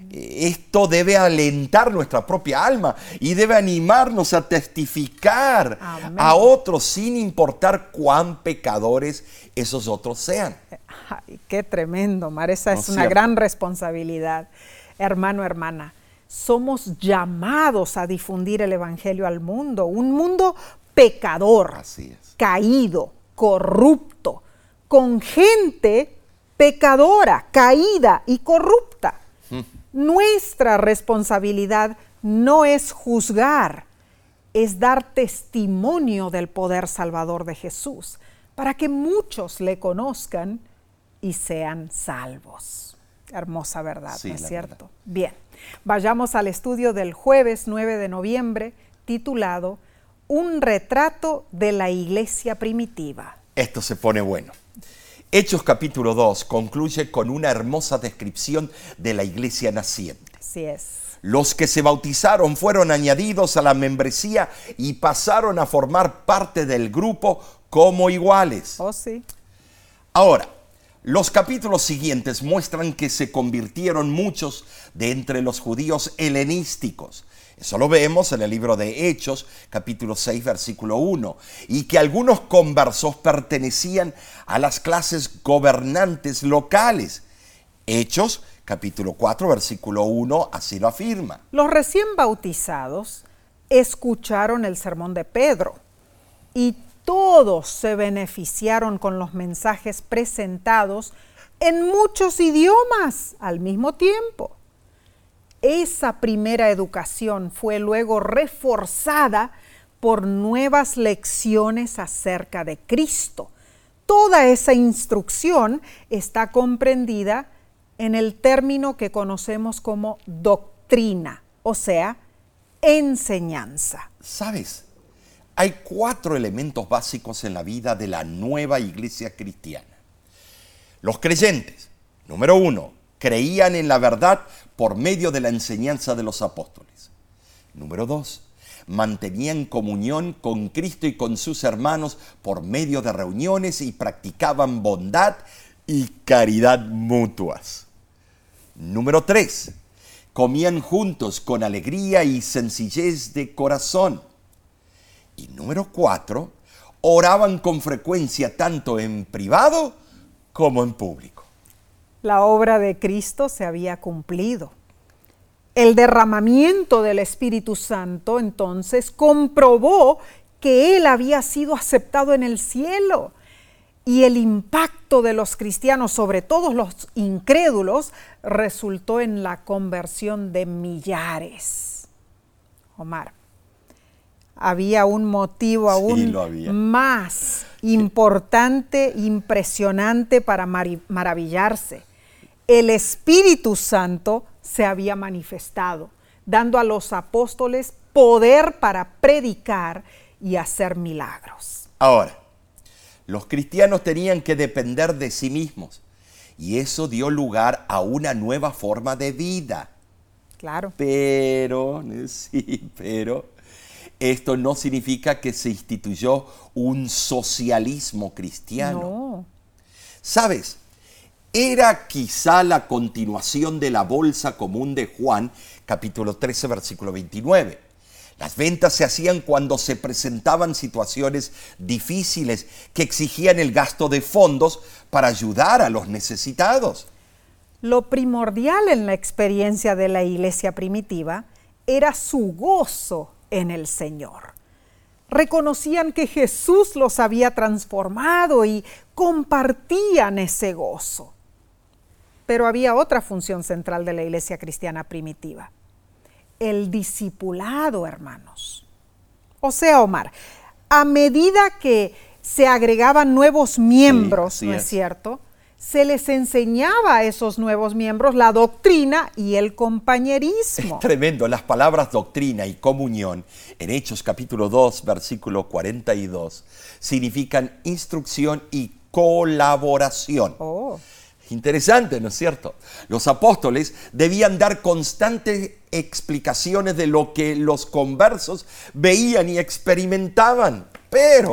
B: Esto debe alentar nuestra propia alma y debe animarnos a testificar
A: Amén.
B: a otros sin importar cuán pecadores esos otros sean.
A: Ay, qué tremendo, Omar. Esa
B: ¿No
A: es
B: es
A: una
B: cierto?
A: gran responsabilidad. Hermano, hermana, somos llamados a difundir el Evangelio al mundo, un mundo pecador,
B: Así es.
A: caído, corrupto, con gente pecadora, caída y corrupta. Nuestra responsabilidad no es juzgar, es dar testimonio del poder salvador de Jesús, para que muchos le conozcan y sean salvos. Hermosa verdad,
B: Sí,
A: ¿no es
B: la
A: cierto?
B: verdad.
A: Bien, vayamos al estudio del jueves nueve de noviembre, titulado Un retrato de la iglesia primitiva.
B: Esto se pone bueno. Hechos capítulo dos concluye con una hermosa descripción de la iglesia naciente.
A: Así es.
B: Los que se bautizaron fueron añadidos a la membresía y pasaron a formar parte del grupo como iguales.
A: Oh, sí.
B: Ahora, los capítulos siguientes muestran que se convirtieron muchos de entre los judíos helenísticos. Eso lo vemos en el libro de Hechos, capítulo seis, versículo uno. Y que algunos conversos pertenecían a las clases gobernantes locales. Hechos, capítulo cuatro, versículo uno, así lo afirma.
A: Los recién bautizados escucharon el sermón de Pedro y todos se beneficiaron con los mensajes presentados en muchos idiomas al mismo tiempo. Esa primera educación fue luego reforzada por nuevas lecciones acerca de Cristo. Toda esa instrucción está comprendida en el término que conocemos como doctrina, o sea, enseñanza.
B: ¿Sabes? Hay cuatro elementos básicos en la vida de la nueva iglesia cristiana. Los creyentes, número uno, creían en la verdad por medio de la enseñanza de los apóstoles. Número dos, mantenían comunión con Cristo y con sus hermanos por medio de reuniones y practicaban bondad y caridad mutuas. Número tres, comían juntos con alegría y sencillez de corazón. Y número cuatro, oraban con frecuencia tanto en privado como en público.
A: La obra de Cristo se había cumplido. El derramamiento del Espíritu Santo entonces comprobó que Él había sido aceptado en el cielo. Y el impacto de los cristianos, sobre todo los incrédulos, resultó en la conversión de millares. Omar, había un motivo aún
B: lo había.
A: más importante, impresionante para mari- maravillarse. El Espíritu Santo se había manifestado, dando a los apóstoles poder para predicar y hacer milagros.
B: Ahora, los cristianos tenían que depender de sí mismos y eso dio lugar a una nueva forma de vida.
A: Claro.
B: Pero, sí, pero, Esto no significa que se instituyó un socialismo cristiano.
A: No.
B: ¿Sabes? Era quizá la continuación de la bolsa común de Juan, capítulo trece, versículo veintinueve. Las ventas se hacían cuando se presentaban situaciones difíciles que exigían el gasto de fondos para ayudar a los necesitados.
A: Lo primordial en la experiencia de la iglesia primitiva era su gozo en el Señor. Reconocían que Jesús los había transformado y compartían ese gozo. Pero había otra función central de la iglesia cristiana primitiva: el discipulado, hermanos. O sea, Omar, a medida que se agregaban nuevos miembros,
B: Sí,
A: ¿no
B: así
A: es
B: es.
A: cierto?, se les enseñaba a esos nuevos miembros la doctrina y el compañerismo.
B: Es tremendo. Las palabras doctrina y comunión en Hechos capítulo dos, versículo cuarenta y dos, significan instrucción y colaboración.
A: Oh,
B: Interesante, ¿no es cierto? Los apóstoles debían dar constantes explicaciones de lo que los conversos veían y experimentaban, pero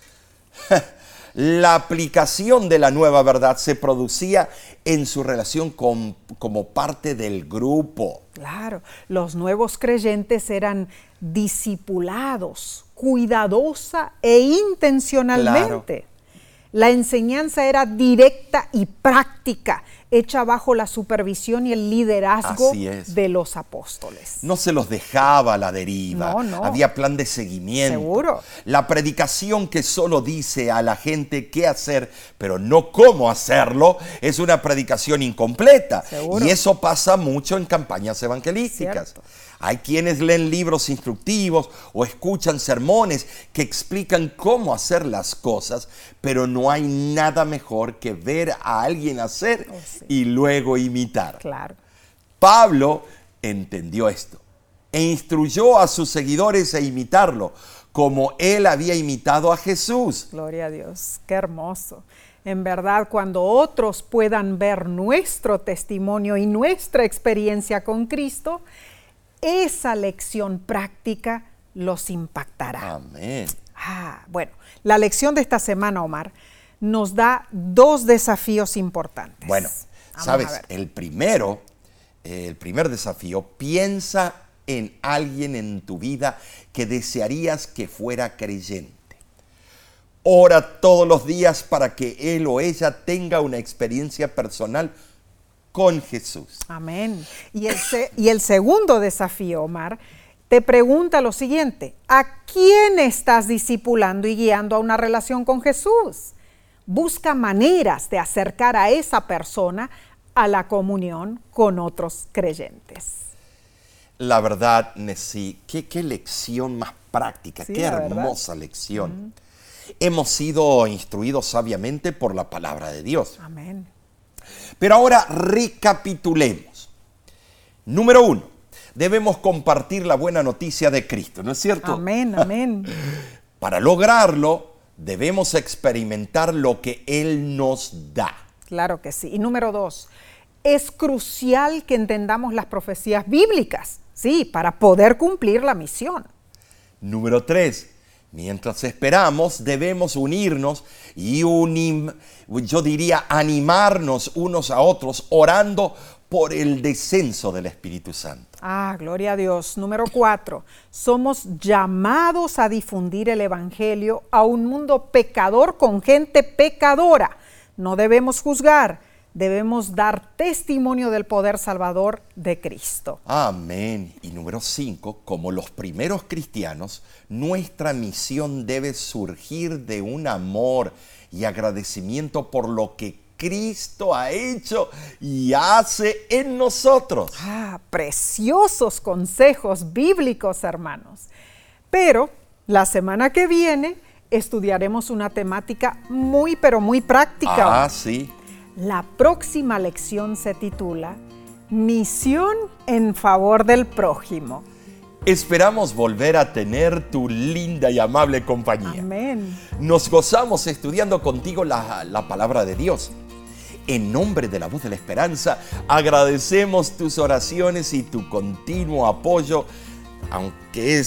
B: la aplicación de la nueva verdad se producía en su relación con, como parte del grupo.
A: claro. Los nuevos creyentes eran discipulados, cuidadosa e intencionalmente. La enseñanza era directa y práctica, hecha bajo la supervisión y el liderazgo
B: Así es.
A: de los apóstoles.
B: No se los dejaba a la deriva.
A: No, no.
B: Había plan de seguimiento.
A: Seguro.
B: La predicación que solo dice a la gente qué hacer, pero no cómo hacerlo, es una predicación incompleta.
A: Seguro.
B: Y eso pasa mucho en campañas evangelísticas.
A: Cierto.
B: Hay quienes leen libros instructivos o escuchan sermones que explican cómo hacer las cosas, pero no hay nada mejor que ver a alguien hacer
A: Oh, sí.
B: y luego imitar.
A: Claro.
B: Pablo entendió esto e instruyó a sus seguidores a imitarlo, como él había imitado a Jesús.
A: Gloria a Dios, qué hermoso. En verdad, cuando otros puedan ver nuestro testimonio y nuestra experiencia con Cristo, esa lección práctica los impactará.
B: Amén.
A: Ah, bueno, la lección de esta semana, Omar, nos da dos desafíos importantes.
B: Bueno,
A: Vamos
B: sabes,
A: a ver.
B: el primero, eh, el primer desafío, piensa en alguien en tu vida que desearías que fuera creyente. Ora todos los días para que él o ella tenga una experiencia personal con Jesús.
A: Amén. Y el, se- y el segundo desafío, Omar, te pregunta lo siguiente: ¿a quién estás discipulando y guiando a una relación con Jesús? Busca maneras de acercar a esa persona a la comunión con otros creyentes.
B: La verdad, Nessie, qué, qué lección más práctica,
A: Sí,
B: qué
A: la verdad.
B: hermosa lección. Hemos sido instruidos sabiamente por la palabra de Dios.
A: Amén.
B: Pero ahora recapitulemos. Número uno, debemos compartir la buena noticia de Cristo, ¿no es cierto?
A: Amén, amén.
B: Para lograrlo, debemos experimentar lo que Él nos da.
A: Claro que sí. Y número dos, es crucial que entendamos las profecías bíblicas, sí, para poder cumplir la misión.
B: Número tres, mientras esperamos, debemos unirnos y unim, yo diría animarnos unos a otros, orando por el descenso del Espíritu Santo.
A: Ah, gloria a Dios. Número cuatro, somos llamados a difundir el Evangelio a un mundo pecador con gente pecadora. No debemos juzgar, debemos dar testimonio del poder salvador de Cristo.
B: Amén. Y número cinco, como los primeros cristianos, nuestra misión debe surgir de un amor y agradecimiento por lo que Cristo ha hecho y hace en nosotros.
A: Ah, preciosos consejos bíblicos, hermanos. Pero la semana que viene estudiaremos una temática muy, pero muy práctica.
B: Ah, sí.
A: La próxima lección se titula Misión en favor del prójimo.
B: Esperamos volver a tener tu linda y amable compañía.
A: Amén.
B: Nos gozamos estudiando contigo la, la palabra de Dios. En nombre de la Voz de la Esperanza, agradecemos tus oraciones y tu continuo apoyo, aunque es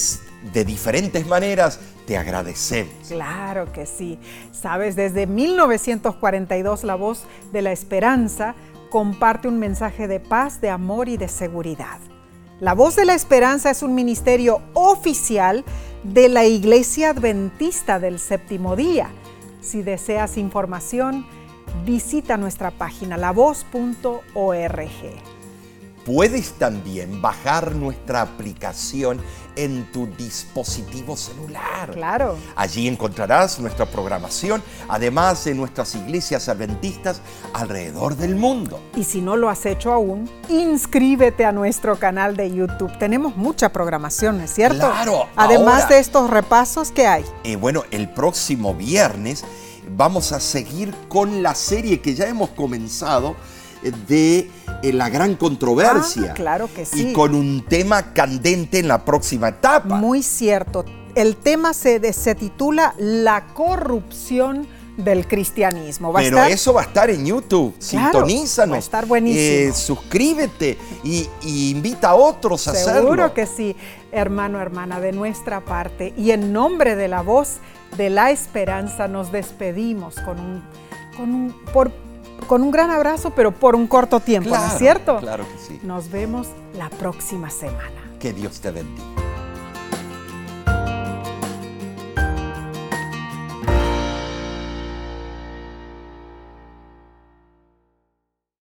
B: de diferentes maneras, te agradecemos.
A: Claro que sí. Sabes, desde mil novecientos cuarenta y dos La Voz de la Esperanza comparte un mensaje de paz, de amor y de seguridad. La Voz de la Esperanza es un ministerio oficial de la Iglesia Adventista del Séptimo Día. Si deseas información, visita nuestra página la voz punto org.
B: Puedes también bajar nuestra aplicación en tu dispositivo celular.
A: Claro.
B: Allí encontrarás nuestra programación, además de nuestras iglesias adventistas alrededor del mundo.
A: Y si no lo has hecho aún, inscríbete a nuestro canal de YouTube. Tenemos mucha programación, ¿no es cierto?
B: Claro.
A: Además
B: ahora,
A: de estos repasos que hay.
B: Eh, bueno, el próximo viernes vamos a seguir con la serie que ya hemos comenzado de eh, la gran controversia.
A: Ah, claro que sí.
B: Y con un tema candente en la próxima etapa.
A: Muy cierto. El tema se, de, se titula La corrupción del cristianismo. ¿Va
B: Pero
A: a estar?
B: eso va a estar en YouTube.
A: Claro,
B: Sintonízanos.
A: va a estar buenísimo.
B: Eh, suscríbete y, y invita a otros a hacerlo.
A: Seguro que sí, hermano, hermana, de nuestra parte. Y en nombre de La Voz de la Esperanza nos despedimos con un, con un, por, con un gran abrazo, pero por un corto tiempo,
B: Claro,
A: ¿no es cierto?
B: claro que sí.
A: Nos vemos la próxima semana.
B: Que Dios te bendiga.